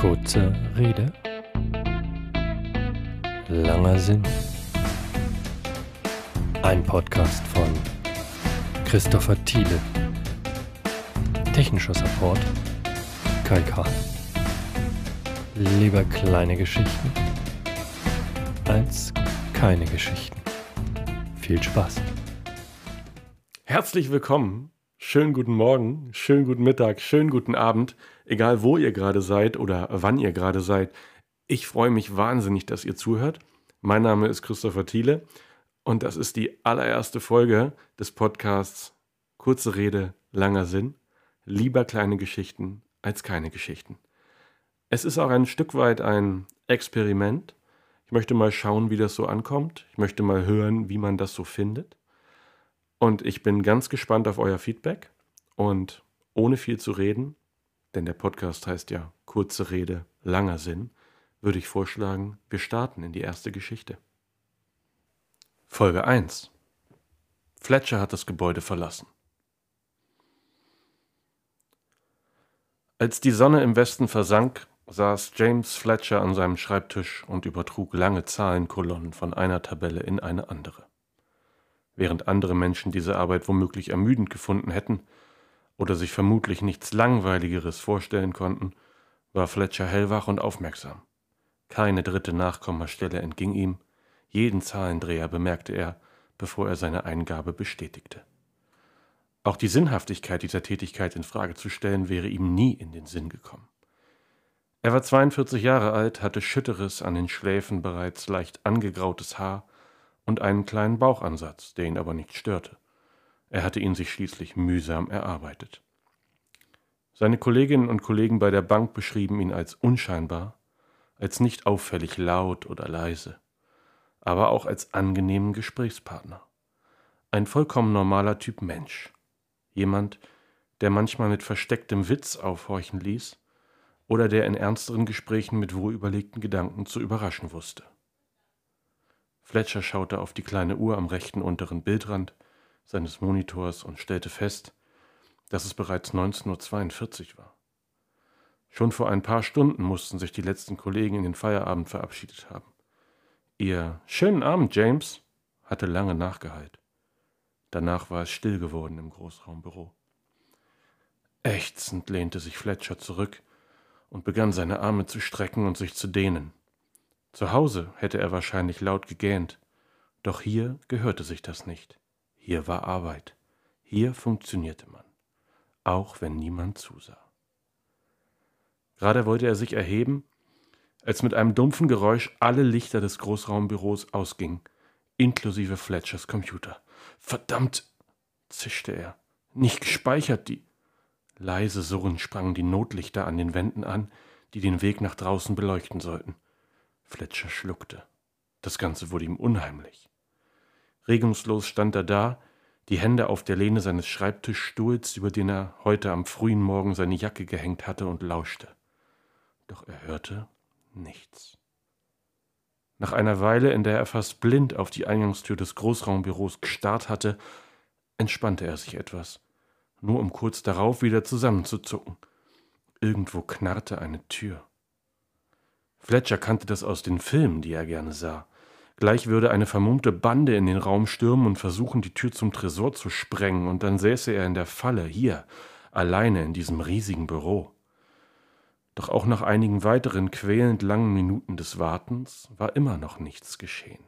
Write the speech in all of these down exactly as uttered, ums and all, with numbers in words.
Kurze Rede, langer Sinn. Ein Podcast von Christopher Thiele. Technischer Support Kai K. Lieber kleine Geschichten als keine Geschichten. Viel Spaß. Herzlich willkommen. Schönen guten Morgen, schönen guten Mittag, schönen guten Abend, egal wo ihr gerade seid oder wann ihr gerade seid. Ich freue mich wahnsinnig, dass ihr zuhört. Mein Name ist Christopher Thiele und das ist die allererste Folge des Podcasts Kurze Rede, langer Sinn. Lieber kleine Geschichten als keine Geschichten. Es ist auch ein Stück weit ein Experiment. Ich möchte mal schauen, wie das so ankommt. Ich möchte mal hören, wie man das so findet. Und ich bin ganz gespannt auf euer Feedback und ohne viel zu reden, denn der Podcast heißt ja Kurze Rede, langer Sinn, würde ich vorschlagen, wir starten in die erste Geschichte. Folge eins. Fletcher hat das Gebäude verlassen. Als die Sonne im Westen versank, saß James Fletcher an seinem Schreibtisch und übertrug lange Zahlenkolonnen von einer Tabelle in eine andere. Während andere Menschen diese Arbeit womöglich ermüdend gefunden hätten oder sich vermutlich nichts Langweiligeres vorstellen konnten, war Fletcher hellwach und aufmerksam. Keine dritte Nachkommastelle entging ihm, jeden Zahlendreher bemerkte er, bevor er seine Eingabe bestätigte. Auch die Sinnhaftigkeit dieser Tätigkeit in Frage zu stellen, wäre ihm nie in den Sinn gekommen. Er war zweiundvierzig Jahre alt, hatte schütteres, an den Schläfen bereits leicht angegrautes Haar und einen kleinen Bauchansatz, der ihn aber nicht störte. Er hatte ihn sich schließlich mühsam erarbeitet. Seine Kolleginnen und Kollegen bei der Bank beschrieben ihn als unscheinbar, als nicht auffällig laut oder leise, aber auch als angenehmen Gesprächspartner. Ein vollkommen normaler Typ Mensch. Jemand, der manchmal mit verstecktem Witz aufhorchen ließ oder der in ernsteren Gesprächen mit wohlüberlegten Gedanken zu überraschen wusste. Fletcher schaute auf die kleine Uhr am rechten unteren Bildrand seines Monitors und stellte fest, dass es bereits neunzehn Uhr zweiundvierzig war. Schon vor ein paar Stunden mussten sich die letzten Kollegen in den Feierabend verabschiedet haben. Ihr »Schönen Abend, James« hatte lange nachgehallt. Danach war es still geworden im Großraumbüro. Ächzend lehnte sich Fletcher zurück und begann seine Arme zu strecken und sich zu dehnen. Zu Hause hätte er wahrscheinlich laut gegähnt, doch hier gehörte sich das nicht. Hier war Arbeit, hier funktionierte man, auch wenn niemand zusah. Gerade wollte er sich erheben, als mit einem dumpfen Geräusch alle Lichter des Großraumbüros ausgingen, inklusive Fletchers Computer. »Verdammt«, zischte er, »nicht gespeichert, die...« Leise surrend sprangen die Notlichter an den Wänden an, die den Weg nach draußen beleuchten sollten. Fletcher schluckte. Das Ganze wurde ihm unheimlich. Regungslos stand er da, die Hände auf der Lehne seines Schreibtischstuhls, über den er heute am frühen Morgen seine Jacke gehängt hatte, und lauschte. Doch er hörte nichts. Nach einer Weile, in der er fast blind auf die Eingangstür des Großraumbüros gestarrt hatte, entspannte er sich etwas, nur um kurz darauf wieder zusammenzuzucken. Irgendwo knarrte eine Tür. Fletcher kannte das aus den Filmen, die er gerne sah. Gleich würde eine vermummte Bande in den Raum stürmen und versuchen, die Tür zum Tresor zu sprengen, und dann säße er in der Falle, hier, alleine in diesem riesigen Büro. Doch auch nach einigen weiteren quälend langen Minuten des Wartens war immer noch nichts geschehen.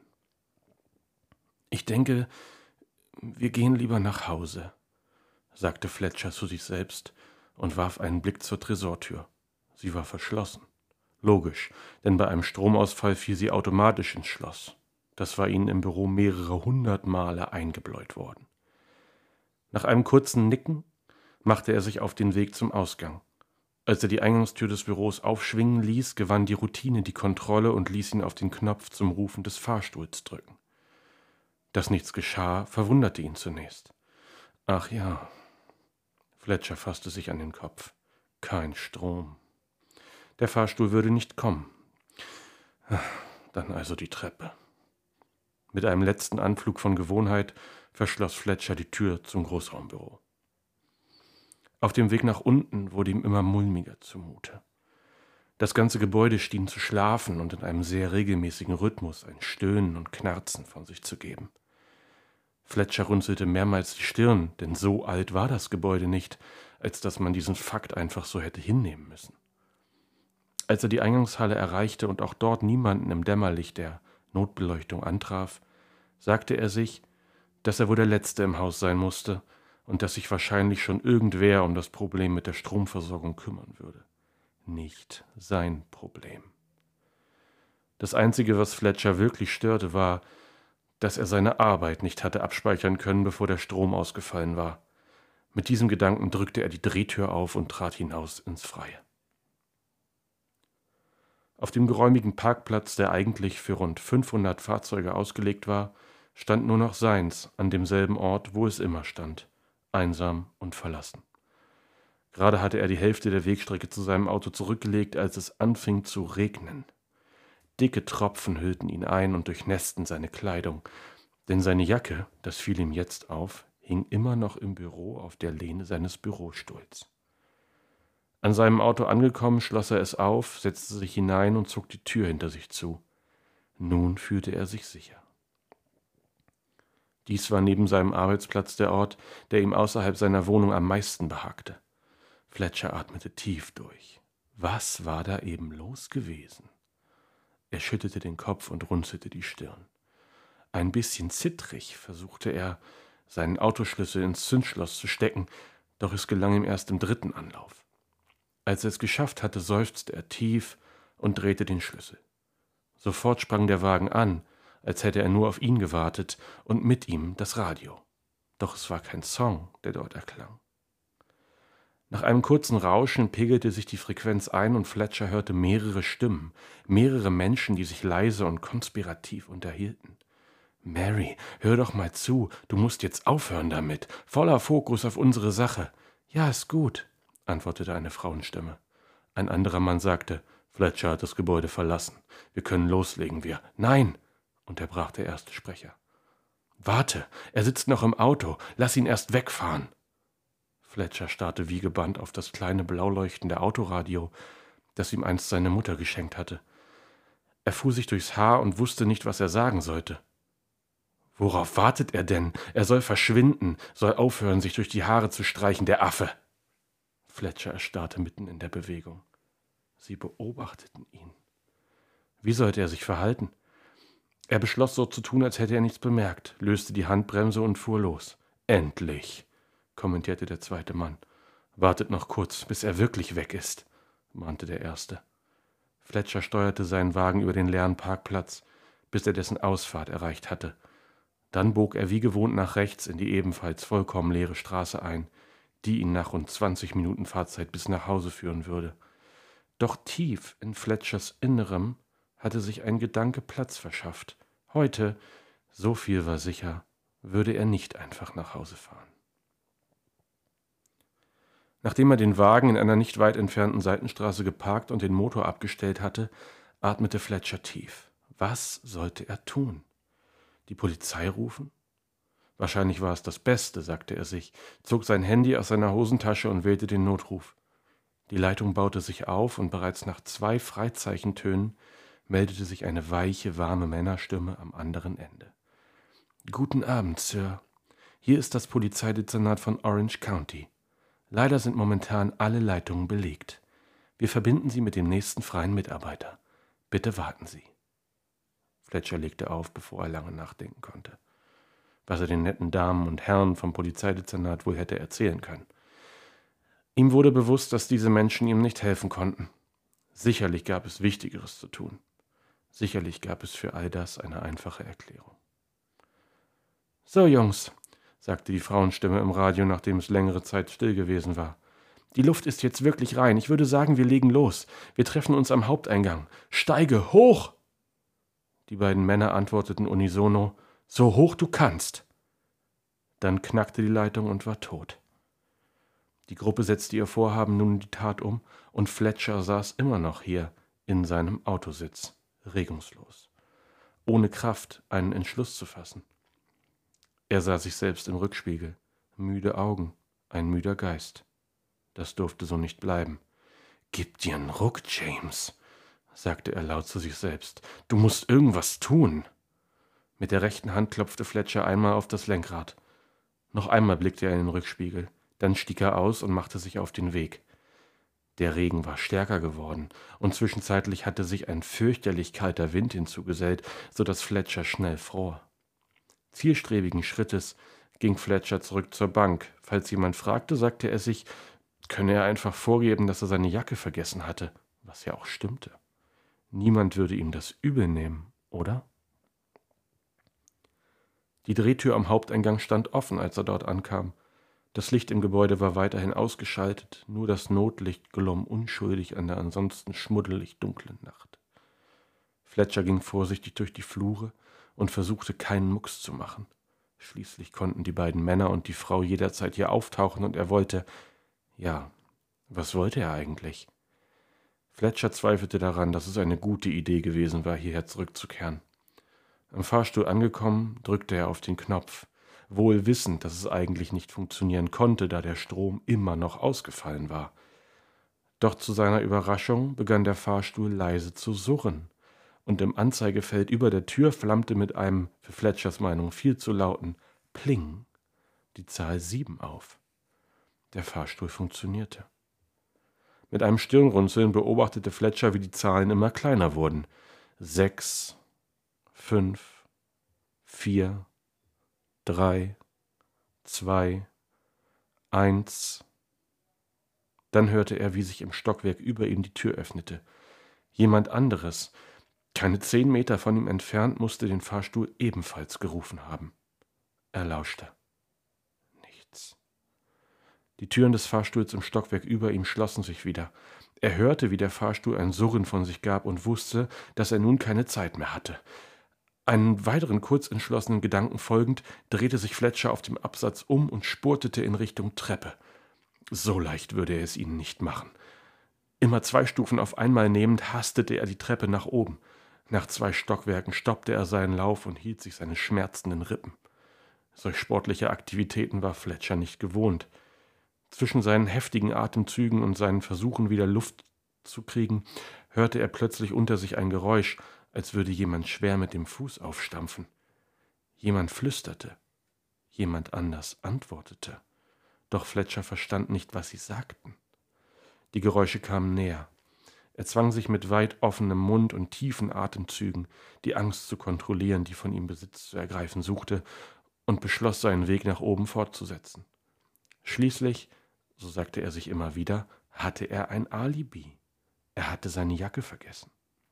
»Ich denke, wir gehen lieber nach Hause«, sagte Fletcher zu sich selbst und warf einen Blick zur Tresortür. Sie war verschlossen. Logisch, denn bei einem Stromausfall fiel sie automatisch ins Schloss. Das war ihnen im Büro mehrere hundert Male eingebläut worden. Nach einem kurzen Nicken machte er sich auf den Weg zum Ausgang. Als er die Eingangstür des Büros aufschwingen ließ, gewann die Routine die Kontrolle und ließ ihn auf den Knopf zum Rufen des Fahrstuhls drücken. Dass nichts geschah, verwunderte ihn zunächst. Ach ja, Fletcher fasste sich an den Kopf. Kein Strom. Der Fahrstuhl würde nicht kommen. Dann also die Treppe. Mit einem letzten Anflug von Gewohnheit verschloss Fletcher die Tür zum Großraumbüro. Auf dem Weg nach unten wurde ihm immer mulmiger zumute. Das ganze Gebäude schien zu schlafen und in einem sehr regelmäßigen Rhythmus ein Stöhnen und Knarzen von sich zu geben. Fletcher runzelte mehrmals die Stirn, denn so alt war das Gebäude nicht, als dass man diesen Fakt einfach so hätte hinnehmen müssen. Als er die Eingangshalle erreichte und auch dort niemanden im Dämmerlicht der Notbeleuchtung antraf, sagte er sich, dass er wohl der Letzte im Haus sein musste und dass sich wahrscheinlich schon irgendwer um das Problem mit der Stromversorgung kümmern würde. Nicht sein Problem. Das Einzige, was Fletcher wirklich störte, war, dass er seine Arbeit nicht hatte abspeichern können, bevor der Strom ausgefallen war. Mit diesem Gedanken drückte er die Drehtür auf und trat hinaus ins Freie. Auf dem geräumigen Parkplatz, der eigentlich für rund fünfhundert Fahrzeuge ausgelegt war, stand nur noch seins an demselben Ort, wo es immer stand, einsam und verlassen. Gerade hatte er die Hälfte der Wegstrecke zu seinem Auto zurückgelegt, als es anfing zu regnen. Dicke Tropfen hüllten ihn ein und durchnässten seine Kleidung, denn seine Jacke, das fiel ihm jetzt auf, hing immer noch im Büro auf der Lehne seines Bürostuhls. An seinem Auto angekommen, schloss er es auf, setzte sich hinein und zog die Tür hinter sich zu. Nun fühlte er sich sicher. Dies war neben seinem Arbeitsplatz der Ort, der ihm außerhalb seiner Wohnung am meisten behagte. Fletcher atmete tief durch. Was war da eben los gewesen? Er schüttelte den Kopf und runzelte die Stirn. Ein bisschen zittrig versuchte er, seinen Autoschlüssel ins Zündschloss zu stecken, doch es gelang ihm erst im dritten Anlauf. Als er es geschafft hatte, seufzte er tief und drehte den Schlüssel. Sofort sprang der Wagen an, als hätte er nur auf ihn gewartet, und mit ihm das Radio. Doch es war kein Song, der dort erklang. Nach einem kurzen Rauschen pegelte sich die Frequenz ein und Fletcher hörte mehrere Stimmen, mehrere Menschen, die sich leise und konspirativ unterhielten. »Mary, hör doch mal zu, du musst jetzt aufhören damit, voller Fokus auf unsere Sache.« »Ja, ist gut«, antwortete eine Frauenstimme. Ein anderer Mann sagte, »Fletcher hat das Gebäude verlassen. Wir können loslegen, wir.« »Nein«, unterbrach der erste Sprecher. »Warte, er sitzt noch im Auto, lass ihn erst wegfahren.« Fletcher starrte wie gebannt auf das kleine blau leuchtende Autoradio, das ihm einst seine Mutter geschenkt hatte. Er fuhr sich durchs Haar und wusste nicht, was er sagen sollte. Worauf wartet er denn? Er soll verschwinden, soll aufhören, sich durch die Haare zu streichen, der Affe. Fletcher erstarrte mitten in der Bewegung. Sie beobachteten ihn. Wie sollte er sich verhalten? Er beschloss, so zu tun, als hätte er nichts bemerkt, löste die Handbremse und fuhr los. »Endlich«, kommentierte der zweite Mann. »Wartet noch kurz, bis er wirklich weg ist«, mahnte der erste. Fletcher steuerte seinen Wagen über den leeren Parkplatz, bis er dessen Ausfahrt erreicht hatte. Dann bog er wie gewohnt nach rechts in die ebenfalls vollkommen leere Straße ein, die ihn nach rund zwanzig Minuten Fahrzeit bis nach Hause führen würde. Doch tief in Fletchers Innerem hatte sich ein Gedanke Platz verschafft. Heute, so viel war sicher, würde er nicht einfach nach Hause fahren. Nachdem er den Wagen in einer nicht weit entfernten Seitenstraße geparkt und den Motor abgestellt hatte, atmete Fletcher tief. Was sollte er tun? Die Polizei rufen? Wahrscheinlich war es das Beste, sagte er sich, zog sein Handy aus seiner Hosentasche und wählte den Notruf. Die Leitung baute sich auf und bereits nach zwei Freizeichentönen meldete sich eine weiche, warme Männerstimme am anderen Ende. »Guten Abend, Sir. Hier ist das Polizeidezernat von Orange County. Leider sind momentan alle Leitungen belegt. Wir verbinden Sie mit dem nächsten freien Mitarbeiter. Bitte warten Sie.« Fletcher legte auf, bevor er lange nachdenken konnte, was er den netten Damen und Herren vom Polizeidezernat wohl hätte erzählen können. Ihm wurde bewusst, dass diese Menschen ihm nicht helfen konnten. Sicherlich gab es Wichtigeres zu tun. Sicherlich gab es für all das eine einfache Erklärung. »So, Jungs«, sagte die Frauenstimme im Radio, nachdem es längere Zeit still gewesen war. »Die Luft ist jetzt wirklich rein. Ich würde sagen, wir legen los. Wir treffen uns am Haupteingang. Steige hoch!« Die beiden Männer antworteten unisono, »So hoch du kannst!« Dann knackte die Leitung und war tot. Die Gruppe setzte ihr Vorhaben nun in die Tat um, und Fletcher saß immer noch hier in seinem Autositz, regungslos, ohne Kraft, einen Entschluss zu fassen. Er sah sich selbst im Rückspiegel, müde Augen, ein müder Geist. Das durfte so nicht bleiben. Gib dir einen Ruck, James, sagte er laut zu sich selbst. Du musst irgendwas tun. Mit der rechten Hand klopfte Fletcher einmal auf das Lenkrad. Noch einmal blickte er in den Rückspiegel. Dann stieg er aus und machte sich auf den Weg. Der Regen war stärker geworden, und zwischenzeitlich hatte sich ein fürchterlich kalter Wind hinzugesellt, so dass Fletcher schnell fror. Zielstrebigen Schrittes ging Fletcher zurück zur Bank. Falls jemand fragte, sagte er sich, könne er einfach vorgeben, dass er seine Jacke vergessen hatte, was ja auch stimmte. Niemand würde ihm das übel nehmen, oder? Die Drehtür am Haupteingang stand offen, als er dort ankam. Das Licht im Gebäude war weiterhin ausgeschaltet, nur das Notlicht glomm unschuldig an der ansonsten schmuddelig dunklen Nacht. Fletcher ging vorsichtig durch die Flure und versuchte, keinen Mucks zu machen. Schließlich konnten die beiden Männer und die Frau jederzeit hier auftauchen, und er wollte... Ja, was wollte er eigentlich? Fletcher zweifelte daran, dass es eine gute Idee gewesen war, hierher zurückzukehren. Am Fahrstuhl angekommen, drückte er auf den Knopf, wohl wissend, dass es eigentlich nicht funktionieren konnte, da der Strom immer noch ausgefallen war. Doch zu seiner Überraschung begann der Fahrstuhl leise zu surren, und im Anzeigefeld über der Tür flammte mit einem, für Fletchers Meinung viel zu lauten Pling, die Zahl sieben auf. Der Fahrstuhl funktionierte. Mit einem Stirnrunzeln beobachtete Fletcher, wie die Zahlen immer kleiner wurden. Sechs, fünf, vier, drei, zwei, eins. Dann hörte er, wie sich im Stockwerk über ihm die Tür öffnete. Jemand anderes, keine zehn Meter von ihm entfernt, musste den Fahrstuhl ebenfalls gerufen haben. Er lauschte. Nichts. Die Türen des Fahrstuhls im Stockwerk über ihm schlossen sich wieder. Er hörte, wie der Fahrstuhl ein Surren von sich gab und wusste, dass er nun keine Zeit mehr hatte. Einen weiteren kurzentschlossenen Gedanken folgend, drehte sich Fletcher auf dem Absatz um und spurtete in Richtung Treppe. So leicht würde er es ihnen nicht machen. Immer zwei Stufen auf einmal nehmend, hastete er die Treppe nach oben. Nach zwei Stockwerken stoppte er seinen Lauf und hielt sich seine schmerzenden Rippen. Solch sportliche Aktivitäten war Fletcher nicht gewohnt. Zwischen seinen heftigen Atemzügen und seinen Versuchen, wieder Luft zu kriegen, hörte er plötzlich unter sich ein Geräusch, als würde jemand schwer mit dem Fuß aufstampfen. Jemand flüsterte. Jemand anders antwortete. Doch Fletcher verstand nicht, was sie sagten. Die Geräusche kamen näher. Er zwang sich mit weit offenem Mund und tiefen Atemzügen, die Angst zu kontrollieren, die von ihm Besitz zu ergreifen suchte, und beschloss, seinen Weg nach oben fortzusetzen. Schließlich, so sagte er sich immer wieder, hatte er ein Alibi. Er hatte seine Jacke vergessen.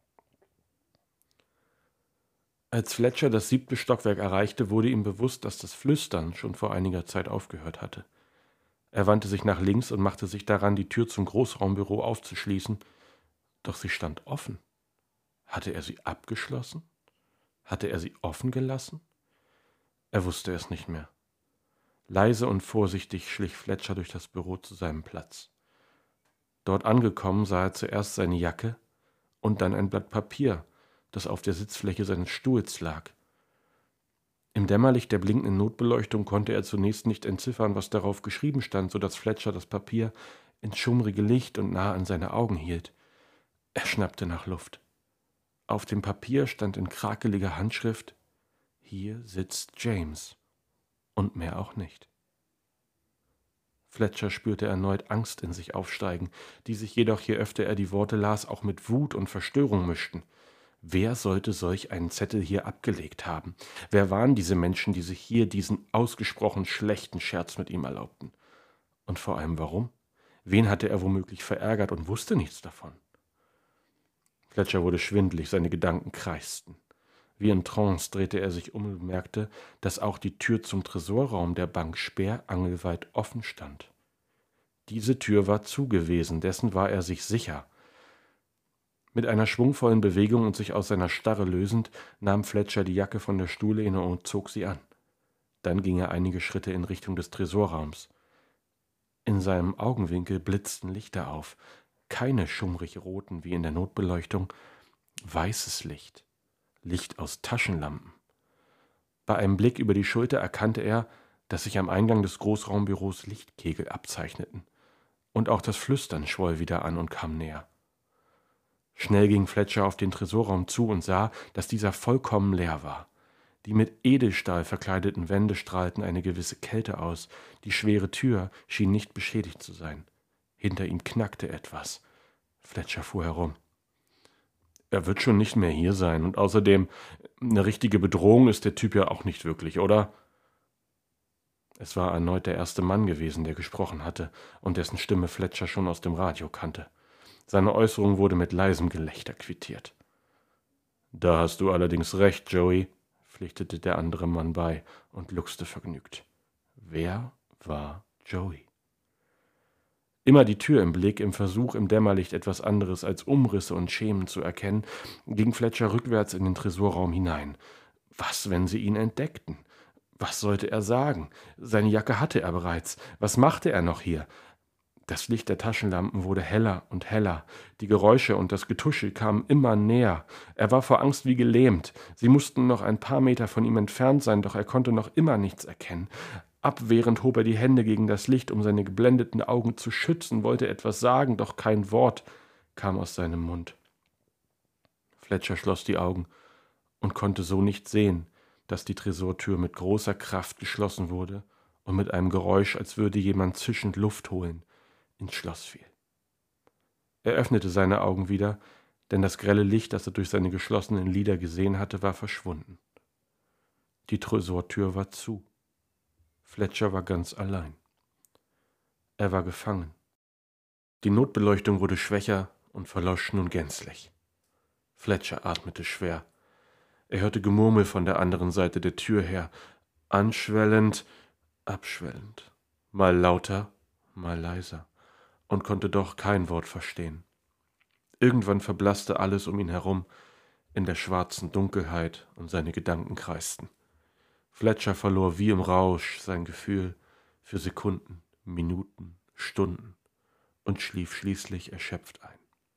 Als Fletcher das siebte Stockwerk erreichte, wurde ihm bewusst, dass das Flüstern schon vor einiger Zeit aufgehört hatte. Er wandte sich nach links und machte sich daran, die Tür zum Großraumbüro aufzuschließen, doch sie stand offen. Hatte er sie abgeschlossen? Hatte er sie offen gelassen? Er wusste es nicht mehr. Leise und vorsichtig schlich Fletcher durch das Büro zu seinem Platz. Dort angekommen sah er zuerst seine Jacke und dann ein Blatt Papier, das auf der Sitzfläche seines Stuhls lag. Im Dämmerlicht der blinkenden Notbeleuchtung konnte er zunächst nicht entziffern, was darauf geschrieben stand, so dass Fletcher das Papier ins schummrige Licht und nah an seine Augen hielt. Er schnappte nach Luft. Auf dem Papier stand in krakeliger Handschrift: Hier sitzt James. Und mehr auch nicht. Fletcher spürte erneut Angst in sich aufsteigen, die sich jedoch, je öfter er die Worte las, auch mit Wut und Verstörung mischten. Wer sollte solch einen Zettel hier abgelegt haben? Wer waren diese Menschen, die sich hier diesen ausgesprochen schlechten Scherz mit ihm erlaubten? Und vor allem warum? Wen hatte er womöglich verärgert und wusste nichts davon? Fletcher wurde schwindelig, seine Gedanken kreisten. Wie in Trance drehte er sich um und bemerkte, dass auch die Tür zum Tresorraum der Bank sperrangelweit offen stand. Diese Tür war zu gewesen, dessen war er sich sicher. Mit einer schwungvollen Bewegung und sich aus seiner Starre lösend, nahm Fletcher die Jacke von der Stuhllehne und zog sie an. Dann ging er einige Schritte in Richtung des Tresorraums. In seinem Augenwinkel blitzten Lichter auf, keine schummrig roten wie in der Notbeleuchtung, weißes Licht. Licht aus Taschenlampen. Bei einem Blick über die Schulter erkannte er, dass sich am Eingang des Großraumbüros Lichtkegel abzeichneten. und auch das Flüstern schwoll wieder an und kam näher. Schnell ging Fletcher auf den Tresorraum zu und sah, dass dieser vollkommen leer war. Die mit Edelstahl verkleideten Wände strahlten eine gewisse Kälte aus, die schwere Tür schien nicht beschädigt zu sein. Hinter ihm knackte etwas. Fletcher fuhr herum. Er wird schon nicht mehr hier sein, und außerdem, eine richtige Bedrohung ist der Typ ja auch nicht wirklich, oder? Es war erneut der erste Mann gewesen, der gesprochen hatte und dessen Stimme Fletcher schon aus dem Radio kannte. Seine Äußerung wurde mit leisem Gelächter quittiert. »Da hast du allerdings recht, Joey«, pflichtete der andere Mann bei und luchste vergnügt. Wer war Joey? Immer die Tür im Blick, im Versuch, im Dämmerlicht etwas anderes als Umrisse und Schemen zu erkennen, ging Fletcher rückwärts in den Tresorraum hinein. Was, wenn sie ihn entdeckten? Was sollte er sagen? Seine Jacke hatte er bereits. Was machte er noch hier? Das Licht der Taschenlampen wurde heller und heller. Die Geräusche und das Getuschel kamen immer näher. Er war vor Angst wie gelähmt. Sie mussten noch ein paar Meter von ihm entfernt sein, doch er konnte noch immer nichts erkennen. Abwehrend hob er die Hände gegen das Licht, um seine geblendeten Augen zu schützen, wollte etwas sagen, doch kein Wort kam aus seinem Mund. Fletcher schloss die Augen und konnte so nicht sehen, dass die Tresortür mit großer Kraft geschlossen wurde und mit einem Geräusch, als würde jemand zischend Luft holen, ins Schloss fiel. Er öffnete seine Augen wieder, denn das grelle Licht, das er durch seine geschlossenen Lider gesehen hatte, war verschwunden. Die Tresortür war zu. Fletcher war ganz allein. Er war gefangen. Die Notbeleuchtung wurde schwächer und verlosch nun gänzlich. Fletcher atmete schwer. Er hörte Gemurmel von der anderen Seite der Tür her, anschwellend, abschwellend, mal lauter, mal leiser, und konnte doch kein Wort verstehen. Irgendwann verblasste alles um ihn herum in der schwarzen Dunkelheit und seine Gedanken kreisten. Fletcher verlor wie im Rausch sein Gefühl für Sekunden, Minuten, Stunden und schlief schließlich erschöpft ein.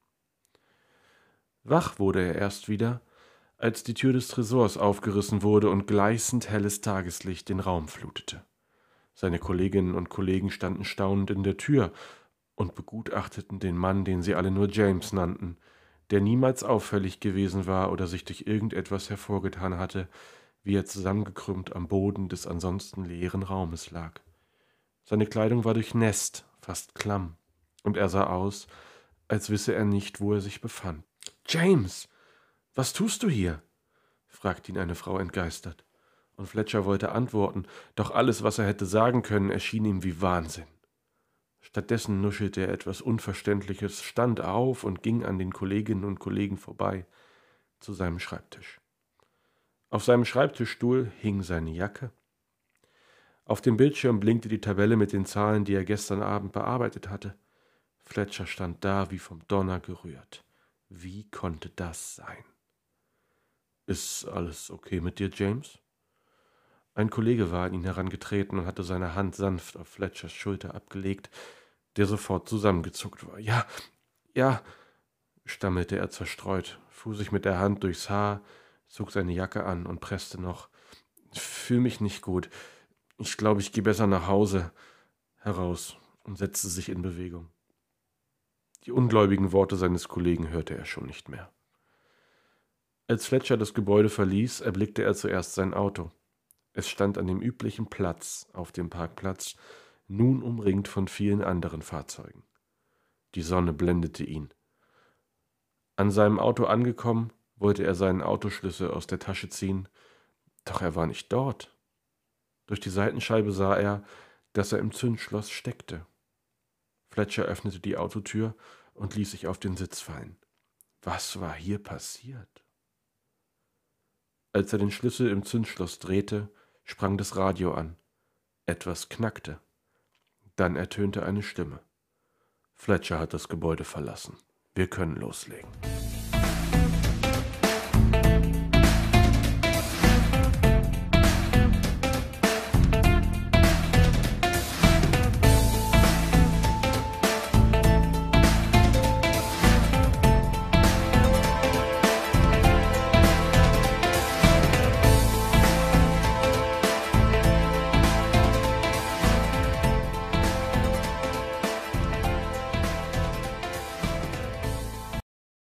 Wach wurde er erst wieder, als die Tür des Tresors aufgerissen wurde und gleißend helles Tageslicht den Raum flutete. Seine Kolleginnen und Kollegen standen staunend in der Tür und begutachteten den Mann, den sie alle nur James nannten, der niemals auffällig gewesen war oder sich durch irgendetwas hervorgetan hatte, wie er zusammengekrümmt am Boden des ansonsten leeren Raumes lag. Seine Kleidung war durchnässt, fast klamm, und er sah aus, als wisse er nicht, wo er sich befand. »James, was tust du hier?« fragte ihn eine Frau entgeistert, und Fletcher wollte antworten, doch alles, was er hätte sagen können, erschien ihm wie Wahnsinn. Stattdessen nuschelte er etwas Unverständliches, stand auf und ging an den Kolleginnen und Kollegen vorbei zu seinem Schreibtisch. Auf seinem Schreibtischstuhl hing seine Jacke. Auf dem Bildschirm blinkte die Tabelle mit den Zahlen, die er gestern Abend bearbeitet hatte. Fletcher stand da wie vom Donner gerührt. Wie konnte das sein? »Ist alles okay mit dir, James?« Ein Kollege war an ihn herangetreten und hatte seine Hand sanft auf Fletchers Schulter abgelegt, der sofort zusammengezuckt war. »Ja, ja«, stammelte er zerstreut, fuhr sich mit der Hand durchs Haar, zog seine Jacke an und presste noch. »Fühl mich nicht gut. Ich glaube, ich gehe besser nach Hause«, heraus und setzte sich in Bewegung. Die ungläubigen Worte seines Kollegen hörte er schon nicht mehr. Als Fletcher das Gebäude verließ, erblickte er zuerst sein Auto. Es stand an dem üblichen Platz auf dem Parkplatz, nun umringt von vielen anderen Fahrzeugen. Die Sonne blendete ihn. An seinem Auto angekommen, wollte er seinen Autoschlüssel aus der Tasche ziehen, doch er war nicht dort. Durch die Seitenscheibe sah er, dass er im Zündschloss steckte. Fletcher öffnete die Autotür und ließ sich auf den Sitz fallen. Was war hier passiert? Als er den Schlüssel im Zündschloss drehte, sprang das Radio an. Etwas knackte. Dann ertönte eine Stimme. »Fletcher hat das Gebäude verlassen. Wir können loslegen.«